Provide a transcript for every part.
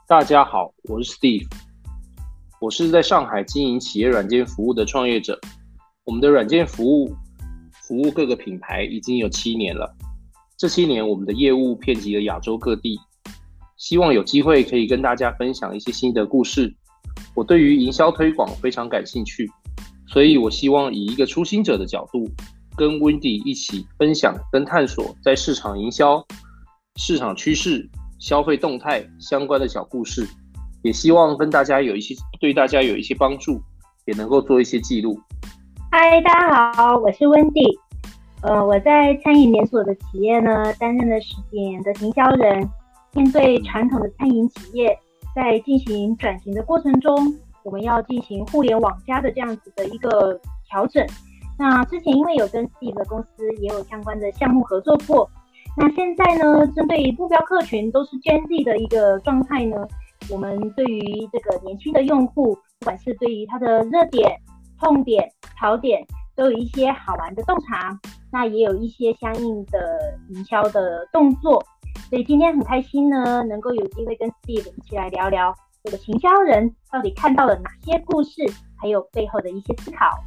大家好，我是 Steve，我是在上海经营企业软件服务的创业者。我们的软件服务各个品牌已经有7年了。这7年，我们的业务遍及了亚洲各地，希望有机会可以跟大家分享一些新的故事。我对于营销推广非常感兴趣，所以我希望以一个初心者的角度，跟 Wendy 一起分享跟探索在市场营销、市场趋势、消费动态相关的小故事，也希望跟大家对大家有一些帮助，也能够做一些记录。 嗨，大家好，我是 Wendy。我在餐饮连锁的企业呢，担任了10几年的行销人。面对传统的餐饮企业，在进行转型的过程中，我们要进行互联网加的这样子的一个调整。那之前因为有跟 Steve 的公司也有相关的项目合作过，那现在呢，针对目标客群都是 Gen Z 的一个状态呢，我们对于这个年轻的用户，不管是对于他的热点、痛点、潮点，都有一些好玩的洞察，那也有一些相应的营销的动作。所以今天很开心呢，能够有机会跟 Steve 一起来聊聊这个行销人到底看到了哪些故事，还有背后的一些思考。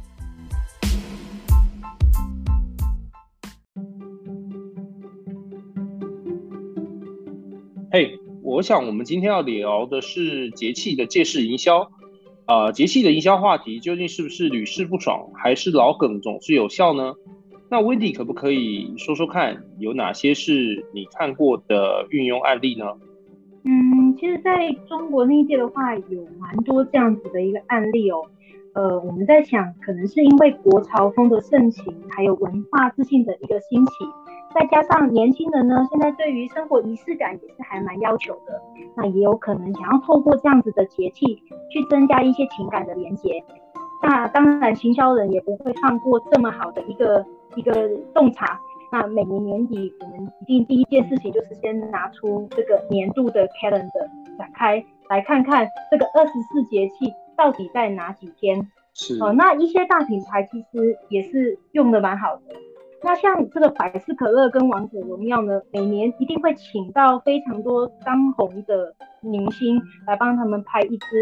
我想我们今天要聊的是节气的借势营销。节气的营销话题究竟是不是屡试不爽，还是老梗总是有效呢？那 Wendy 可不可以说说看，有哪些是你看过的运用案例呢？ 其实在中国那一届的话，有蛮多这样子的一个案例哦。我们在想，可能是因为国潮风的盛行，还有文化自信的一个兴起，再加上年轻人呢，现在对于生活仪式感也是还蛮要求的，那也有可能想要透过这样子的节气去增加一些情感的连结。那当然，行销人也不会放过这么好的一个洞察。那每年年底，我们一定第一件事情就是先拿出这个年度的 calendar 展开来看看这个24节气到底在哪几天。那一些大品牌其实也是用的蛮好的。那像这个百事可乐跟王者荣耀呢，每年一定会请到非常多当红的明星来帮他们拍一支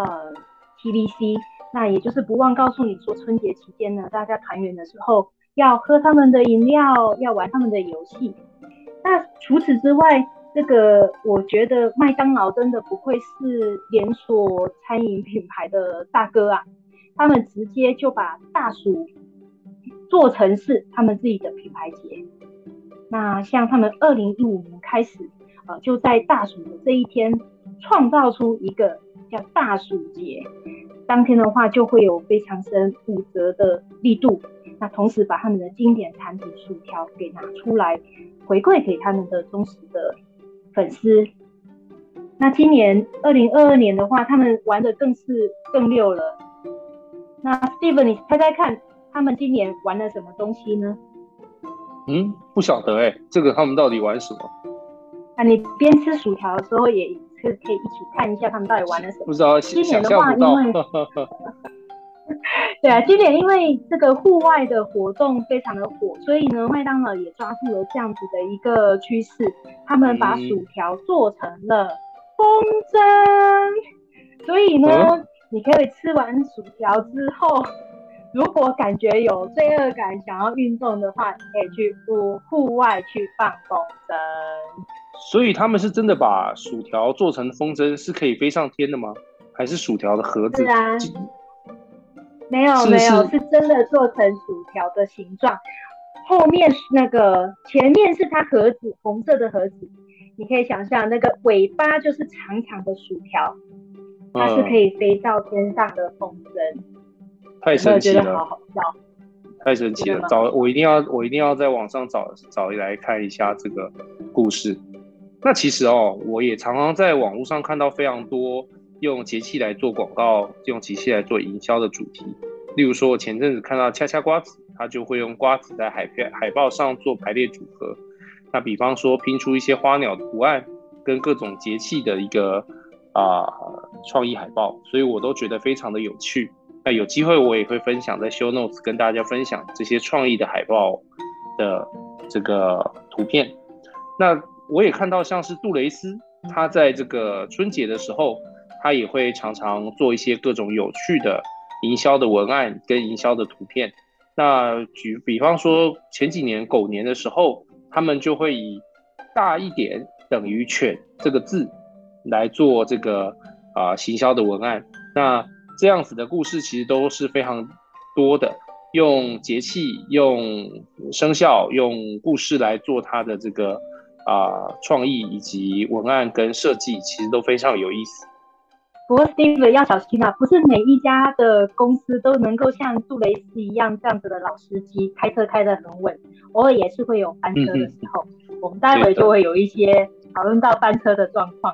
TVC。那也就是不忘告诉你说，春节期间呢，大家团圆的时候要喝他们的饮料，要玩他们的游戏。那除此之外，这个我觉得麦当劳真的不愧是连锁餐饮品牌的大哥啊，他们直接就把大暑做成是他们自己的品牌节。那像他们2015年开始，就在大暑的这一天创造出一个叫大暑节。当天的话就会有非常深5折的力度，那同时把他们的经典产品薯条给拿出来回馈给他们的忠实的粉丝。那今年2022年的话，他们玩的更溜了。那 Steve 你猜猜看，他们今年玩了什么东西呢？ 不晓得这个他们到底玩什么？ 那你边吃薯条的时候也可以一起看一下他们到底玩了什么。 不知道， 今年的话，因为对啊，今年因为这个户外的活动非常的火，所以呢，麦当劳也抓住了这样子的一个趋势，他们把薯条做成了风筝，所以呢，你可以吃完薯条之后，如果感觉有罪恶感，想要运动的话，你可以去户外去放风筝。 所以他们是真的把薯条做成风筝，是可以飞上天的吗？还是薯条的盒子？ 是啊，没有，是真的做成薯条的形状。后面前面是它盒子，红色的盒子，你可以想象那个尾巴就是长长的薯条，它是可以飞到天上的风筝。 太神奇了， 有没有觉得好好笑？ 太神奇了！我一定要在网上找来看一下这个故事。那其实我也常常在网络上看到非常多用节气来做广告、用节气来做营销的主题。例如说，我前阵子看到恰恰瓜子，他就会用瓜子在海报上做排列组合。那比方说拼出一些花鸟图案，跟各种节气的一个创意海报，所以我都觉得非常的有趣。那有机会我也会分享在 show notes 跟大家分享这些创意的海报的这个图片。那我也看到像是杜蕾斯他在这个春节的时候，他也会常常做一些各种有趣的营销的文案跟营销的图片。那比方说前几年狗年的时候，他们就会以大一点等于犬这个字来做这个行销的文案。那这样子的故事其实都是非常多的，用节气、用生肖、用故事来做它的这个创意以及文案跟设计，其实都非常有意思。 不过 Steve 要小心啊，不是每一家的公司都能够像杜蕾斯一样这样子的老司机，开车开得很稳，偶尔也是会有翻车的时候。我们待会就会有一些讨论到翻车的状况。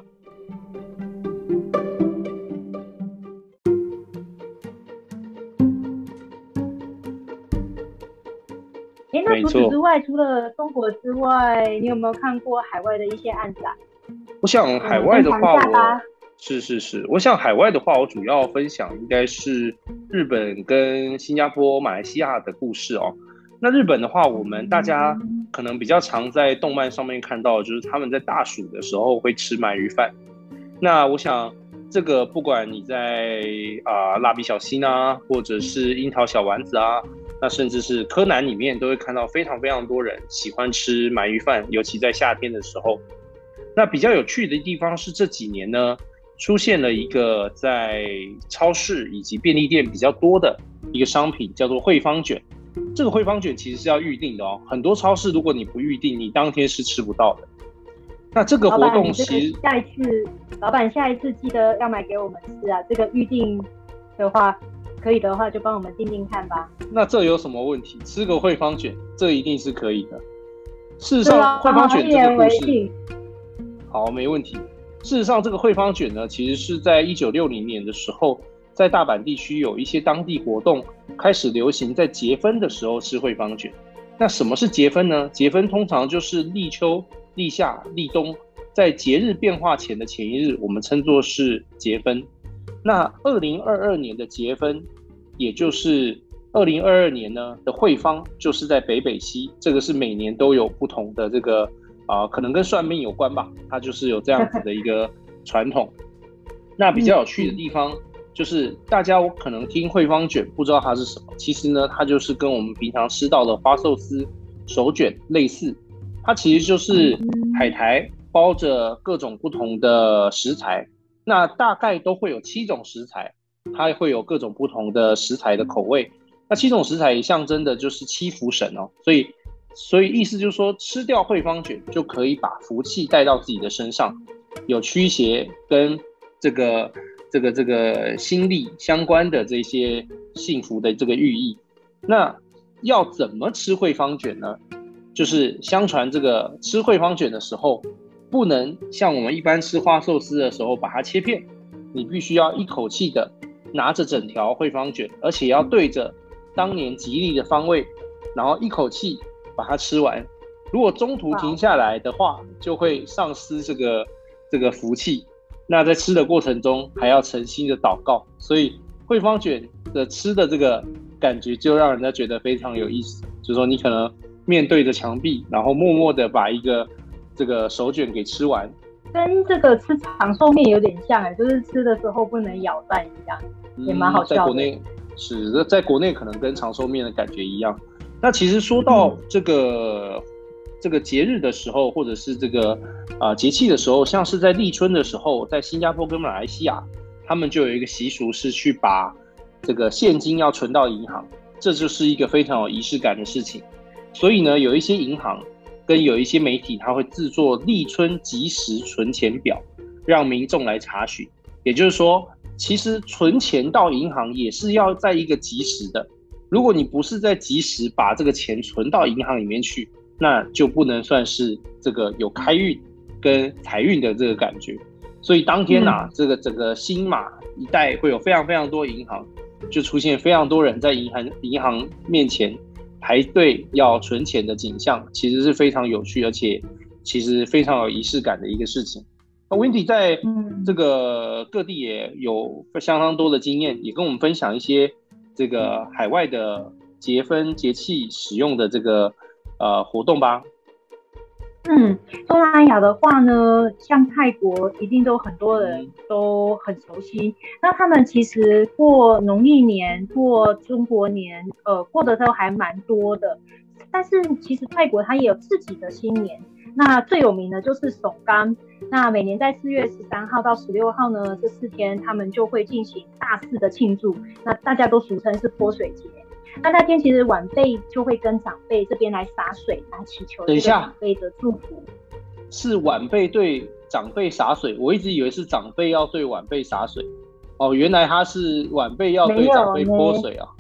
那除此之外，除了中国之外，你有没有看过海外的一些案子啊？ 我想海外的话，我想海外的话，我主要分享应该是日本跟新加坡、马来西亚的故事哦。那日本的话，我们大家可能比较常在动漫上面看到，就是他们在大暑的时候会吃鳗鱼饭。那我想这个不管你在蜡笔小新啊，或者是樱桃小丸子啊，那甚至是柯南里面都会看到非常非常多人喜欢吃鳗鱼饭，尤其在夏天的时候。那比较有趣的地方是这几年呢，出现了一个在超市以及便利店比较多的一个商品，叫做汇芳卷。这个汇芳卷其实是要预定的哦，很多超市如果你不预定，你当天是吃不到的。那这个活动其实老板下一次记得要买给我们吃啊！这个预定的话，可以的话就帮我们订订看吧。 那这有什么问题？吃个汇芳卷，这一定是可以的。事实上，汇芳卷这个故事，好，没问题。事实上，这个汇芳卷呢，其实是在1960年的时候，在大阪地区有一些当地活动开始流行，在节分的时候吃汇芳卷。那什么是节分呢？节分通常就是立秋、立夏、立冬，在节日变化前的前一日，我们称作是节分。那2022年的节分，也就是2022年呢的汇芳，就是在北西，这个是每年都有不同的这个可能跟算命有关吧，它就是有这样子的一个传统。那比较有趣的地方就是大家可能听汇芳卷不知道它是什么，其实呢它就是跟我们平常吃到的花寿司、手卷类似，它其实就是海苔包着各种不同的食材，那大概都会有7种食材，它会有各种不同的食材的口味。那7种食材也象征的就是7福神哦，所以意思就是说，吃掉汇芳卷就可以把福气带到自己的身上，有驱邪跟这个心力相关的这些幸福的这个寓意。那要怎么吃汇芳卷呢？就是相传这个吃汇芳卷的时候，不能像我们一般吃花寿司的时候把它切片，你必须要一口气的拿着整条汇芳卷，而且要对着当年吉利的方位，然后一口气把它吃完。如果中途停下来的话，就会丧失这个福气。那在吃的过程中还要诚心的祷告，所以汇芳卷的吃的这个感觉就让人家觉得非常有意思。就是说你可能面对着墙壁，然后默默的把一个这个手卷给吃完， 跟这个吃长寿面有点像，就是吃的时候不能咬断一样，也蛮好笑的。 在国内可能跟长寿面的感觉一样。那其实说到这个节日的时候，或者是这个节气的时候，像是在立春的时候，在新加坡跟马来西亚，他们就有一个习俗是去把这个现金要存到银行，这就是一个非常有仪式感的事情。所以呢，有一些银行跟有一些媒体，他会制作立春即时存钱表，让民众来查询。也就是说，其实存钱到银行也是要在一个即时的。如果你不是在即时把这个钱存到银行里面去，那就不能算是这个有开运跟财运的这个感觉。所以当天这个整个新马一带会有非常非常多银行，就出现非常多人在银行面前排队要存钱的景象，其实是非常有趣，而且其实非常有仪式感的一个事情。那 Wendy 在这个各地也有相当多的经验，也跟我们分享一些这个海外的节分节气使用的这个活动吧。 东南亚的话呢，像泰国一定都很多人都很熟悉。那他们其实过农历年、过中国年，过的都还蛮多的。但是其实泰国它也有自己的新年，那最有名的就是首钢。那每年在4月13号到16号呢，这4天他们就会进行大肆的庆祝，那大家都俗称是泼水节。那天其实晚辈就会跟长辈这边来洒水，来祈求这个长辈的祝福。 是晚辈对长辈洒水，我一直以为是长辈要对晚辈洒水。哦，原来他是晚辈要对长辈泼水啊！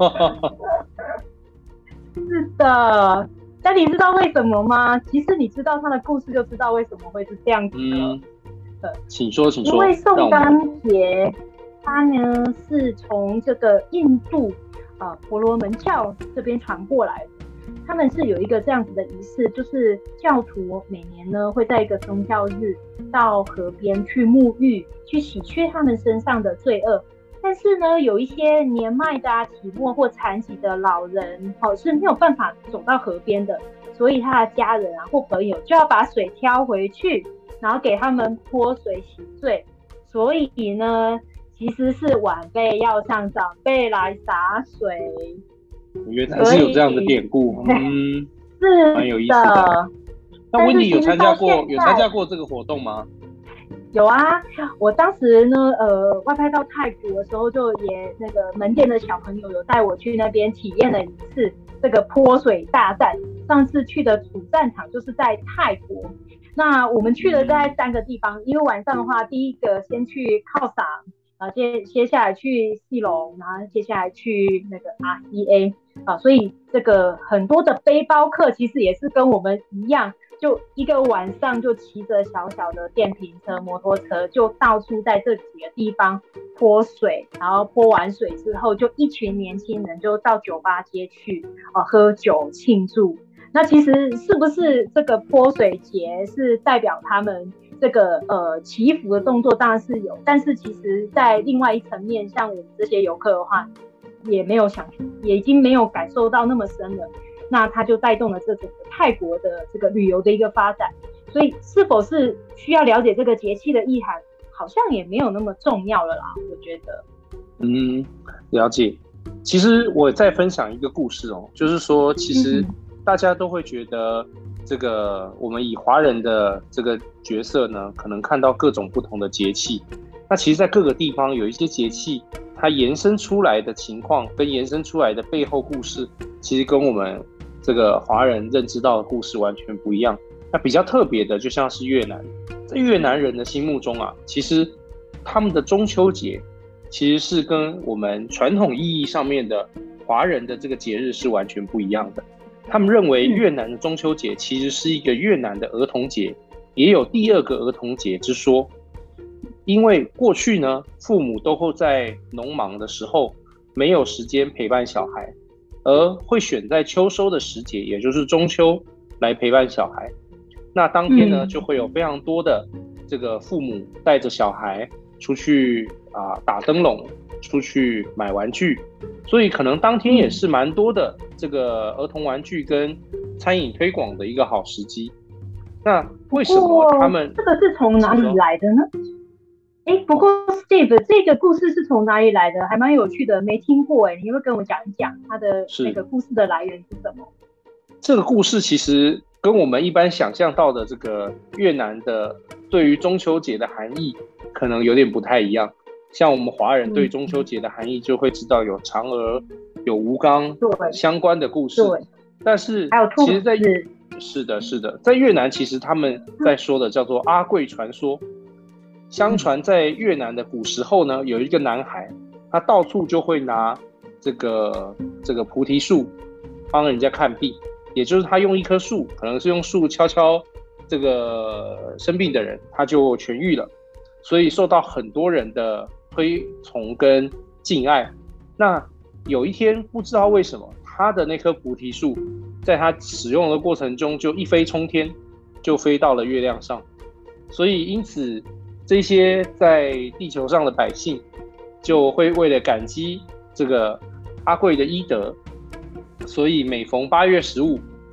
是的，但你知道为什么吗？其实你知道他的故事，就知道为什么会是这样子的。 请说，请说。 因为宋干节，它呢是从这个印度婆罗门教这边传过来的。他们是有一个这样子的仪式，就是教徒每年呢会在一个宗教日到河边去沐浴，去洗去他们身上的罪恶。但是呢，有一些年迈的体弱或残疾的老人是没有办法走到河边的，所以他的家人或朋友就要把水挑回去，然后给他们泼水洗罪。所以呢，其实是晚辈要向长辈来洒水。 原来是有这样的典故， 是蛮有意思的。那Wendy有参加过这个活动吗？ 有啊，我当时呢，外派到泰国的时候，就也那个门店的小朋友有带我去那边体验了一次这个泼水大战。上次去的主战场就是在泰国，那我们去了大概3个地方，因为晚上的话，第一个先去靠赏，然后接下来去西隆，然后接下来去那个 REA 所以这个很多的背包客其实也是跟我们一样。就一个晚上就骑着小小的电瓶车、摩托车，就到处在这几个地方泼水，然后泼完水之后，就一群年轻人就到酒吧街去喝酒庆祝。那其实是不是这个泼水节是代表他们这个祈福的动作？当然是有，但是其实在另外一层面，像我们这些游客的话，也已经没有感受到那么深了。那它就带动了这整个泰国的这个旅游的一个发展，所以是否是需要了解这个节气的意涵，好像也没有那么重要了啦，我觉得。 了解。其实我再分享一个故事就是说，其实大家都会觉得这个我们以华人的这个角色呢，可能看到各种不同的节气。那其实，在各个地方有一些节气，它延伸出来的情况跟延伸出来的背后故事，其实跟我们这个华人认知到的故事完全不一样。那比较特别的，就像是越南，在越南人的心目中其实他们的中秋节其实是跟我们传统意义上面的华人的这个节日是完全不一样的。他们认为越南的中秋节其实是一个越南的儿童节，也有第2个儿童节之说。因为过去呢，父母都会在农忙的时候没有时间陪伴小孩，而会选在秋收的时节，也就是中秋来陪伴小孩。那当天呢，就会有非常多的这个父母带着小孩出去打灯笼，出去买玩具，所以可能当天也是蛮多的这个儿童玩具跟餐饮推广的一个好时机。那为什么他们这个是从哪里来的呢？不过 Steve 这个故事是从哪里来的？还蛮有趣的，没听过你会跟我讲一讲它的那个故事的来源是什么？ 这个故事其实跟我们一般想象到的这个越南的对于中秋节的含义可能有点不太一样。像我们华人对中秋节的含义就会知道有嫦娥、有吴刚相关的故事，但是还有兔子， 其实是的，在越南其实他们在说的叫做阿贵传说。相传在越南的古时候呢，有一个男孩，他到处就会拿这个菩提树帮人家看病，也就是他用一棵树，可能是用树敲这个生病的人，他就痊愈了，所以受到很多人的推崇跟敬爱。那有一天不知道为什么，他的那棵菩提树在他使用的过程中就一飞冲天，就飞到了月亮上，所以因此这些在地球上的百姓就会为了感激这个阿贵的医德，所以每逢8月15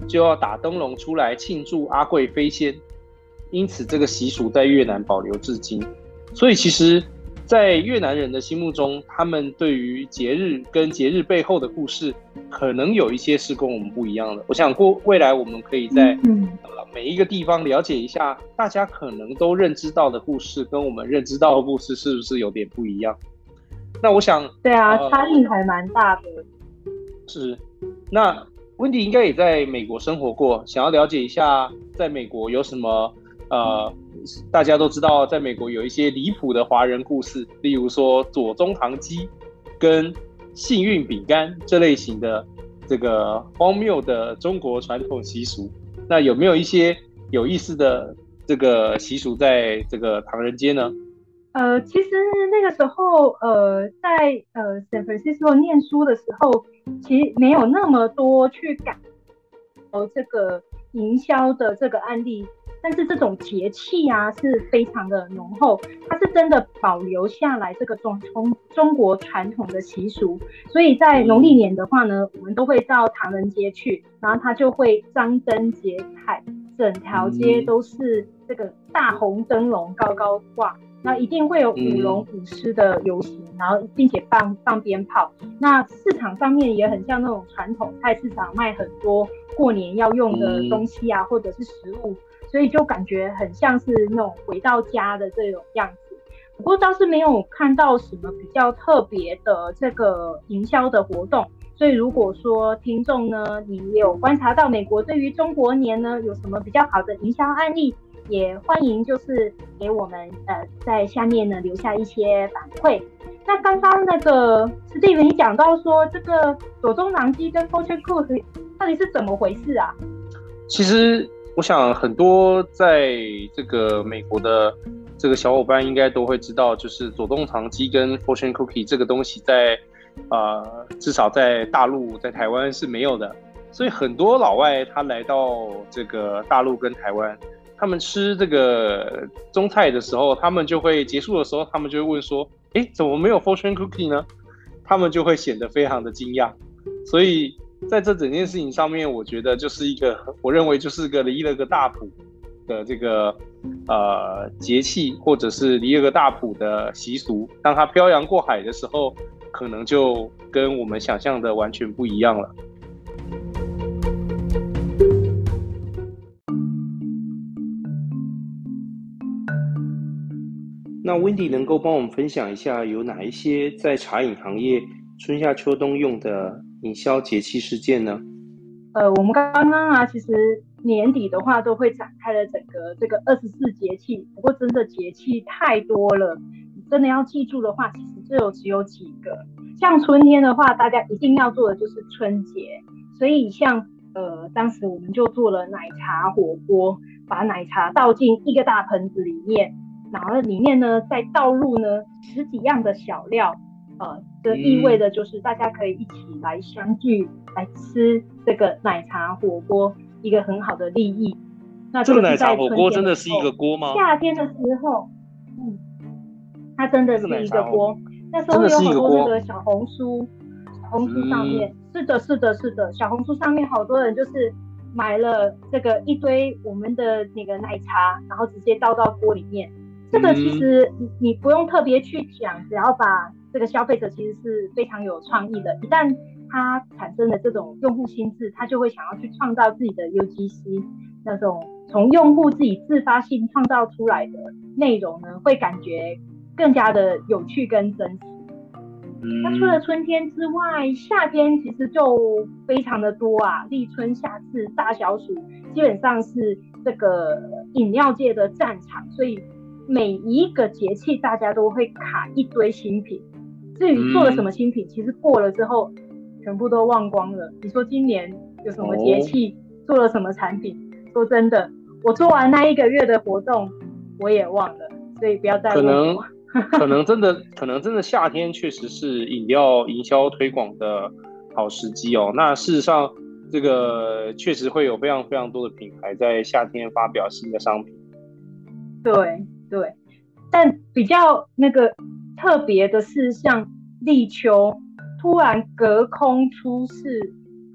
就要打灯笼出来庆祝阿贵飞仙，因此这个习俗在越南保留至今。所以其实在越南人的心目中，他们对于节日跟节日背后的故事，可能有一些是跟我们不一样的。我想未来我们可以在每一个地方了解一下，大家可能都认知到的故事，跟我们认知到的故事是不是有点不一样？那我想， 对啊，差异还蛮大的。 是，那温迪应该也在美国生活过，想要了解一下，在美国有什么大家都知道，在美国有一些离谱的华人故事，例如说左宗棠鸡跟幸运饼干这类型的这个荒谬的中国传统习俗。那有没有一些有意思的这个习俗在这个唐人街呢？ 其实那个时候，在San Francisco 念书的时候，其实没有那么多去感这个营销的这个案例，但是这种节气啊是非常的浓厚，它是真的保留下来这个中国传统的习俗，所以在农历年的话呢，我们都会到唐人街去，然后它就会张灯结彩，整条街都是这个大红灯笼高高挂。那一定会有舞龙舞狮的游行，然后并且放鞭炮。那市场上面也很像那种传统菜市场，卖很多过年要用的东西啊，或者是食物，所以就感觉很像是那种回到家的这种样子。不过倒是没有看到什么比较特别的这个营销的活动。所以如果说听众呢，你有观察到美国对于中国年呢有什么比较好的营销案例，也欢迎就是给我们在下面呢留下一些反馈。那刚刚那个 Steve 你讲到说这个左宗棠鸡跟 Fortune Cookie 到底是怎么回事啊？ 其实我想很多在这个美国的这个小伙伴应该都会知道，就是左宗棠鸡跟 Fortune Cookie 这个东西在至少在大陆在台湾是没有的，所以很多老外他来到这个大陆跟台湾，他们吃这个中菜的时候，他们就会结束的时候，他们就会问说：“哎，怎么没有 Fortune Cookie 呢？”他们就会显得非常的惊讶。所以在这整件事情上面，我觉得就是我认为就是离了个大谱的这个节气，或者是离了个大谱的习俗，当它漂洋过海的时候，可能就跟我们想象的完全不一样了。那 Wendy 能够帮我们分享一下，有哪一些在茶饮行业春夏秋冬用的营销节气事件呢？ 我们刚刚啊，其实年底的话都会展开了整个这个24节气，不过真的节气太多了，你真的要记住的话，其实只有几个。像春天的话，大家一定要做的就是春节，所以像当时我们就做了奶茶火锅，把奶茶倒进一个大盆子里面，然后里面呢再倒入呢10几样的小料，这意味着就是大家可以一起来相聚来吃这个奶茶火锅，一个很好的利益。那这个奶茶火锅真的是一个锅吗？ 夏天的时候，它真的是一个锅。那时候有好多那个小红书上面，是的，小红书上面好多人就是买了这个一堆我们的那个奶茶，然后直接倒到锅里面。这个其实你不用特别去讲，只要把这个消费者其实是非常有创意的，一旦他产生了这种用户心智，他就会想要去创造自己的 UGC， 那种从用户自己自发性创造出来的内容呢，会感觉更加的有趣跟真实。那除了春天之外，夏天其实就非常的多啊，立春、夏至、大小暑，基本上是这个饮料界的战场，所以每一个节气大家都会卡一堆新品。至于做了什么新品，其实过了之后全部都忘光了。你说今年有什么节气做了什么产品，说真的，我做完那一个月的活动我也忘了，所以不要再问我。 可能真的夏天确实是饮料营销推广的好时机哦。那事实上，这个确实会有非常非常多的品牌在夏天发表新的商品。 对，但比较那个特别的是，像立秋突然隔空出世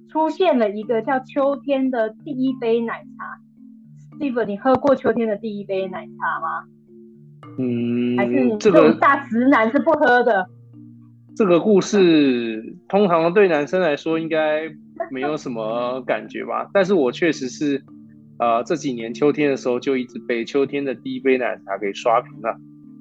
出现了一个叫秋天的第一杯奶茶。Steve， 你喝过秋天的第一杯奶茶吗？还是你这种大直男是不喝的？ 这个故事通常对男生来说应该没有什么感觉吧，但是我确实是，这几年秋天的时候就一直被秋天的第一杯奶茶给刷屏了。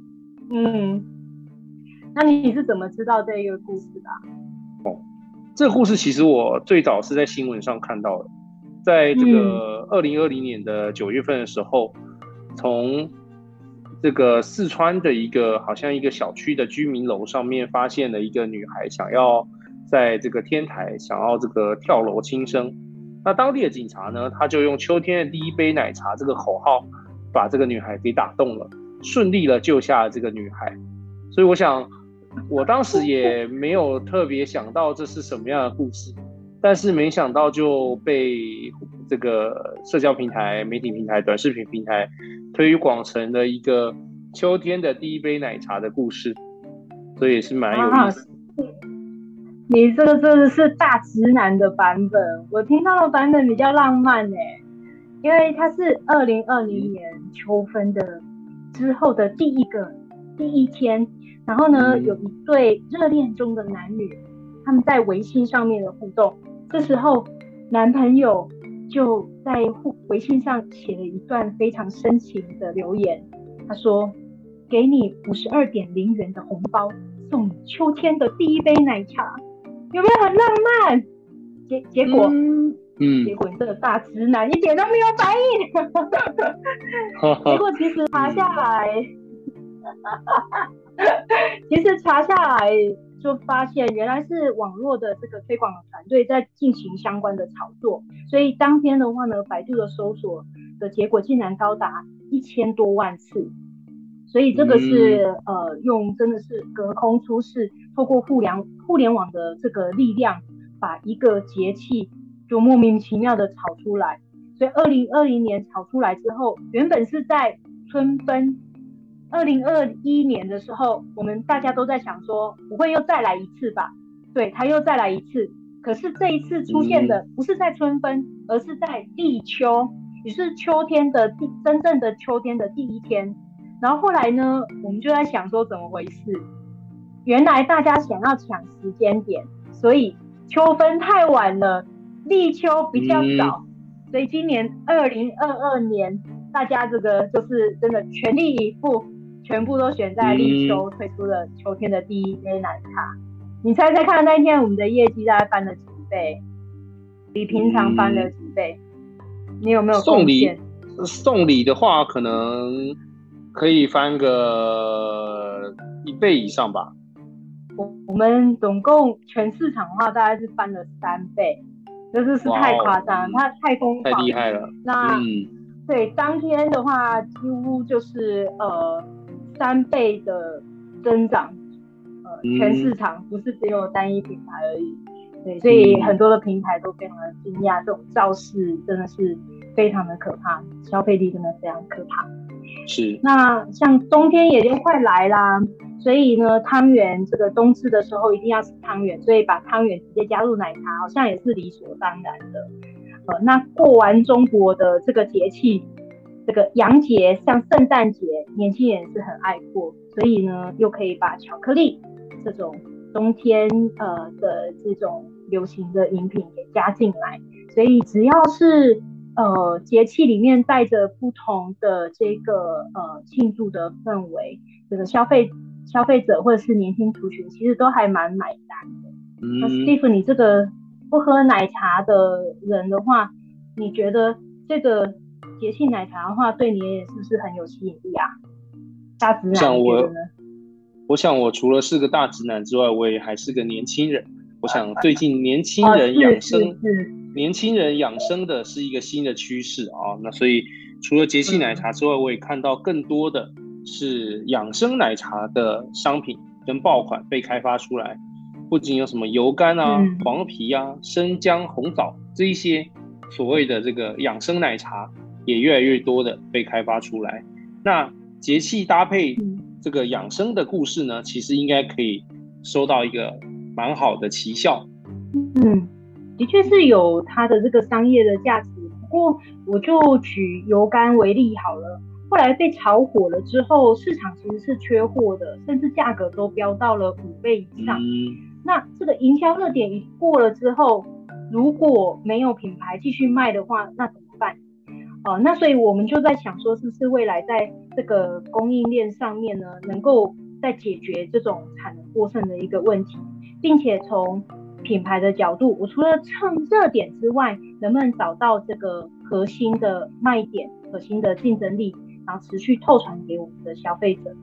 那你是怎么知道这个故事的这个故事其实我最早是在新闻上看到的，在这个2020年的9月份的时候，从这个四川的好像一个小区的居民楼上面发现了一个女孩想要在这个天台想要这个跳楼轻生。那当地的警察呢，他就用秋天的第一杯奶茶这个口号把这个女孩给打动了，顺利的救下了这个女孩。所以我想我当时也没有特别想到这是什么样的故事，但是没想到就被这个社交平台、媒体平台、短视频平台推广成了一个秋天的第一杯奶茶的故事，所以也是蛮有意思。 你这个真的是大直男的版本，我听到的版本比较浪漫因为它是2020年秋分的之后的第一天，然后呢，有一对热恋中的男女，他们在微信上面的互动，这时候男朋友就在微信上写了一段非常深情的留言，他说：“给你52.0元的红包，送你秋天的第一杯奶茶。”有没有很浪漫？结果你这个大直男一点都没有反应。结果其实查下来，就发现原来是网络的这个推广团队在进行相关的炒作，所以当天的话呢，百度的搜索的结果竟然高达1000多万次。所以这个是用真的是隔空出世，透过互联网的这个力量，把一个节气就莫名其妙的炒出来。所以2020年炒出来之后，原本是在春分，2021年的时候，我们大家都在想说，不会又再来一次吧？对，它又再来一次。可是这一次出现的不是在春分，而是在立秋，也是秋天的真正的秋天的第一天。然后后来呢，我们就在想说怎么回事？原来大家想要抢时间点，所以秋分太晚了，立秋比较早，所以今年2022年，大家这个就是真的全力以赴，全部都选在立秋推出了秋天的第一杯奶茶。你猜猜看，那一天我们的业绩大概翻了几倍？比平常翻了几倍？你有没有贡献？ 送礼的话，可能可以翻个1倍以上吧。 我们总共全市场的话，大概是翻了3倍，就是太夸张，它太疯狂， 太厉害了。 那对当天的话，几乎就是3倍的增长，全市场不是只有单一品牌而已。对，所以很多的平台都非常的惊讶，这种造势真的是非常的可怕，消费力真的非常可怕。 是。 那像冬天也就快来啦，所以呢，汤圆这个冬至的时候一定要吃汤圆，所以把汤圆直接加入奶茶，好像也是理所当然的。那过完中国的这个节气，这个洋节，像圣诞节，年轻人是很爱过，所以呢，又可以把巧克力这种冬天的这种流行的饮品给加进来，所以只要是节气里面带着不同的这个庆祝的氛围，这个消费者或者是年轻族群其实都还蛮买单的。那 Steve， 你这个不喝奶茶的人的话，你觉得这个节庆奶茶的话对你也是不是很有吸引力啊？大直男觉得呢？ 我想我除了是个大直男之外，我也还是个年轻人。我想最近年轻人养生，年轻人养生的是一个新的趋势啊。那所以除了节气奶茶之外，我也看到更多的是养生奶茶的商品跟爆款被开发出来。不仅有什么油甘啊、黄皮啊、生姜、红枣这一些所谓的这个养生奶茶，也越来越多的被开发出来。那节气搭配这个养生的故事呢，其实应该可以收到一个蛮好的奇效。 的确是有它的这个商业的价值。不过我就举油柑为例好了，后来被炒火了之后，市场其实是缺货的，甚至价格都飙到了5倍以上。那这个营销热点一过了之后，如果没有品牌继续卖的话，那怎么办？那所以我们就在想说，是不是未来在这个供应链上面呢，能够再解决这种产能过剩的一个问题，并且从品牌的角度，我除了蹭热点之外，能不能找到这个核心的卖点、核心的竞争力，然后持续透传给我们的消费者。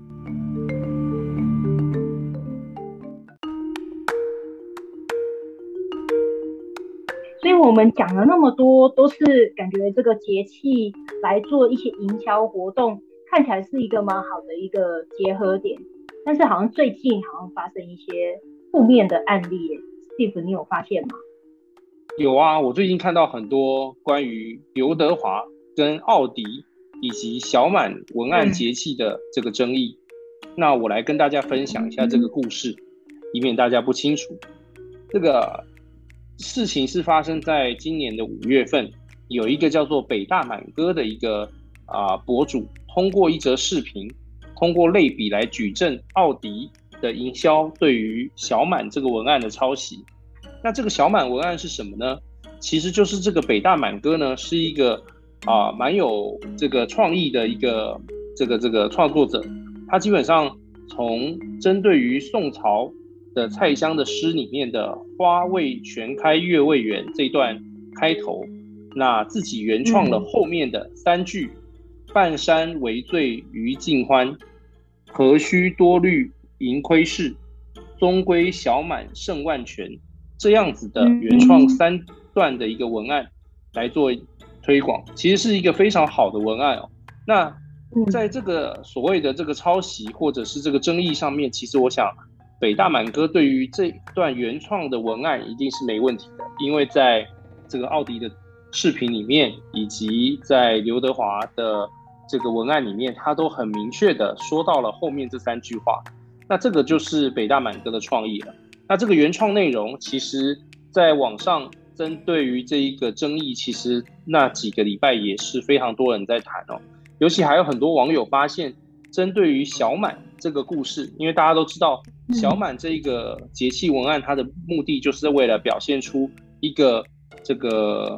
所以我们讲了那么多，都是感觉这个节气来做一些营销活动，看起来是一个蛮好的一个结合点。但是好像最近好像发生一些负面的案例耶，Steve，你有发现吗？ 有啊，我最近看到很多关于刘德华跟奥迪以及小满文案节气的这个争议。那我来跟大家分享一下这个故事，以免大家不清楚。这个事情是发生在今年的5月份，有一个叫做北大满哥的一个博主，通过一则视频，通过类比来举证奥迪的营销对于小满这个文案的抄袭。那这个小满文案是什么呢？其实就是这个北大满哥呢，是一个蛮有这个创意的一个这个创作者。他基本上从针对于宋朝的蔡襄的诗里面的花未全开月未圆这一段开头，那自己原创了后面的3句：半山为醉余尽欢，何须多虑盈亏事，终归小满胜万全。这样子的原创3段的一个文案来做推广，其实是一个非常好的文案哦。那在这个所谓的这个抄袭或者是这个争议上面，其实我想北大满哥对于这段原创的文案一定是没问题的，因为在这个奥迪的视频里面，以及在刘德华的这个文案里面，他都很明确的说到了后面这3句话。那这个就是北大满哥的创意了。那这个原创内容，其实在网上针对于这一个争议，其实那几个礼拜也是非常多人在谈哦。尤其还有很多网友发现，针对于小满这个故事，因为大家都知道小满这个节气文案，它的目的就是为了表现出一个这个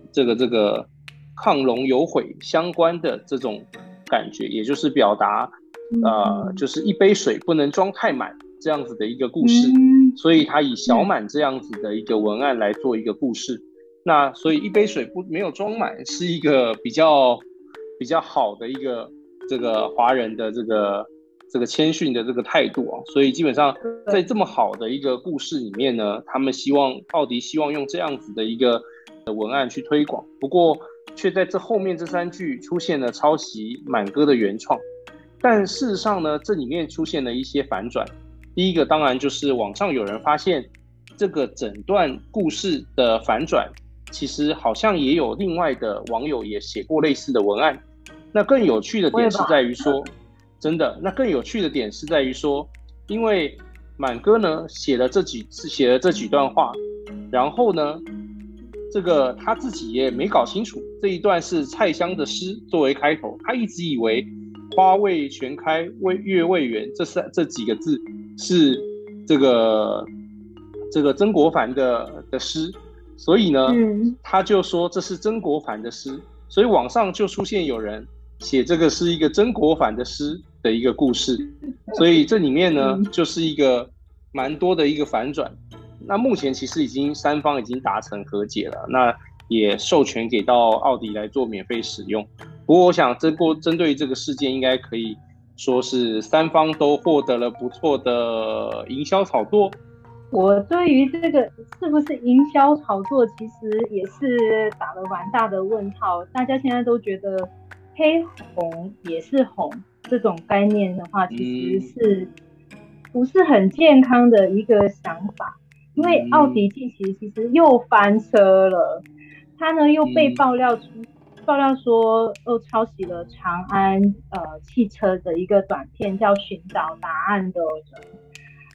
亢龙有悔相关的这种感觉，也就是表达就是一杯水不能装太满这样子的一个故事，所以他以小满这样子的一个文案来做一个故事。那所以一杯水没有装满是一个比较好的一个这个华人的这个谦逊的这个态度啊。所以基本上在这么好的一个故事里面呢，他们奥迪希望用这样子的一个文案去推广，不过却在这后面这3句出现了抄袭满哥的原创。但事实上呢，这里面出现了一些反转。第一个当然就是网上有人发现这个整段故事的反转，其实好像也有另外的网友也写过类似的文案。那更有趣的点是在于说，真的，那更有趣的点是在于说，因为满哥呢写了这几段话，然后呢，这个他自己也没搞清楚这一段是蔡襄的诗作为开头，他一直以为花未全开月未圆这几个字是这个曾国藩的诗，所以呢，他就说这是曾国藩的诗，所以网上就出现有人写这个是一个曾国藩的诗的一个故事，所以这里面呢就是一个蛮多的一个反转。那目前其实3方已经达成和解了，那也授权给到奥迪来做免费使用。不过我想针对这个事件，应该可以说是3方都获得了不错的营销炒作。 我对于这个是不是营销炒作，其实也是打了蛮大的问号。大家现在都觉得黑红也是红这种概念的话，其实是不是很健康的一个想法。因为奥迪近期其实又翻车了，他呢又被爆料说抄袭了长安汽车的一个短片，叫《寻找答案的人》。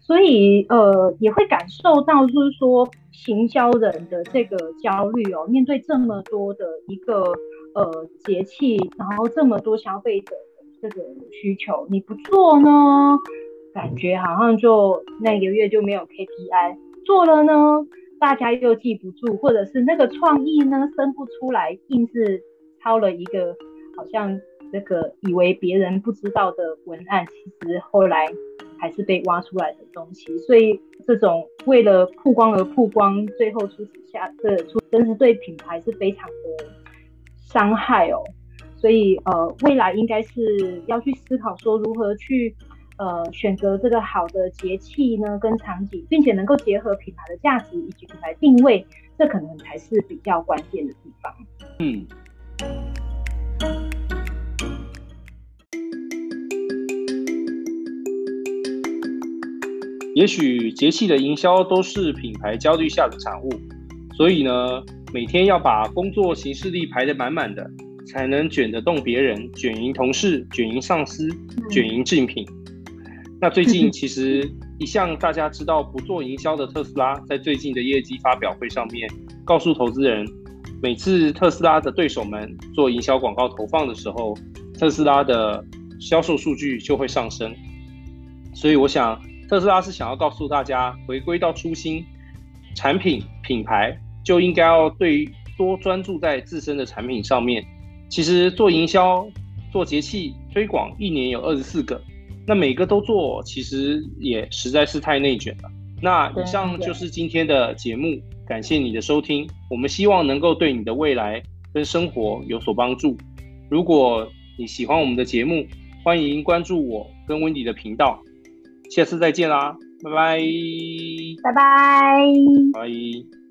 所以也会感受到就是说行销人的这个焦虑哦，面对这么多的一个节气，然后这么多消费者的这个需求，你不做呢，感觉好像就那个月就没有 KPI， 做了呢，大家又记不住，或者是那个创意呢生不出来，硬是抄了一个好像这个以为别人不知道的文案，其实后来还是被挖出来的东西。所以这种为了曝光而曝光，最后真是对品牌是非常的伤害哦。所以未来应该是要去思考说如何去选择这个好的节气呢跟场景，并且能够结合品牌的价值以及品牌定位，这可能才是比较关键的地方。 也许节气的营销都是品牌焦虑下的产物，所以呢，每天要把工作行事历排得满满的，才能卷得动别人，卷赢同事，卷赢上司，卷赢竞品。那最近其实一向大家知道不做营销的特斯拉，在最近的业绩发表会上面告诉投资人，每次特斯拉的对手们做营销广告投放的时候，特斯拉的销售数据就会上升。所以我想特斯拉是想要告诉大家，回归到初心，产品品牌就应该要多专注在自身的产品上面。其实做营销、做节气推广，一年有24个，那每个都做，其实也实在是太内卷了。那以上就是今天的节目，感谢你的收听。我们希望能够对你的未来跟生活有所帮助。如果你喜欢我们的节目，欢迎关注我跟温迪的频道。下次再见啦，拜拜， 拜拜， 拜。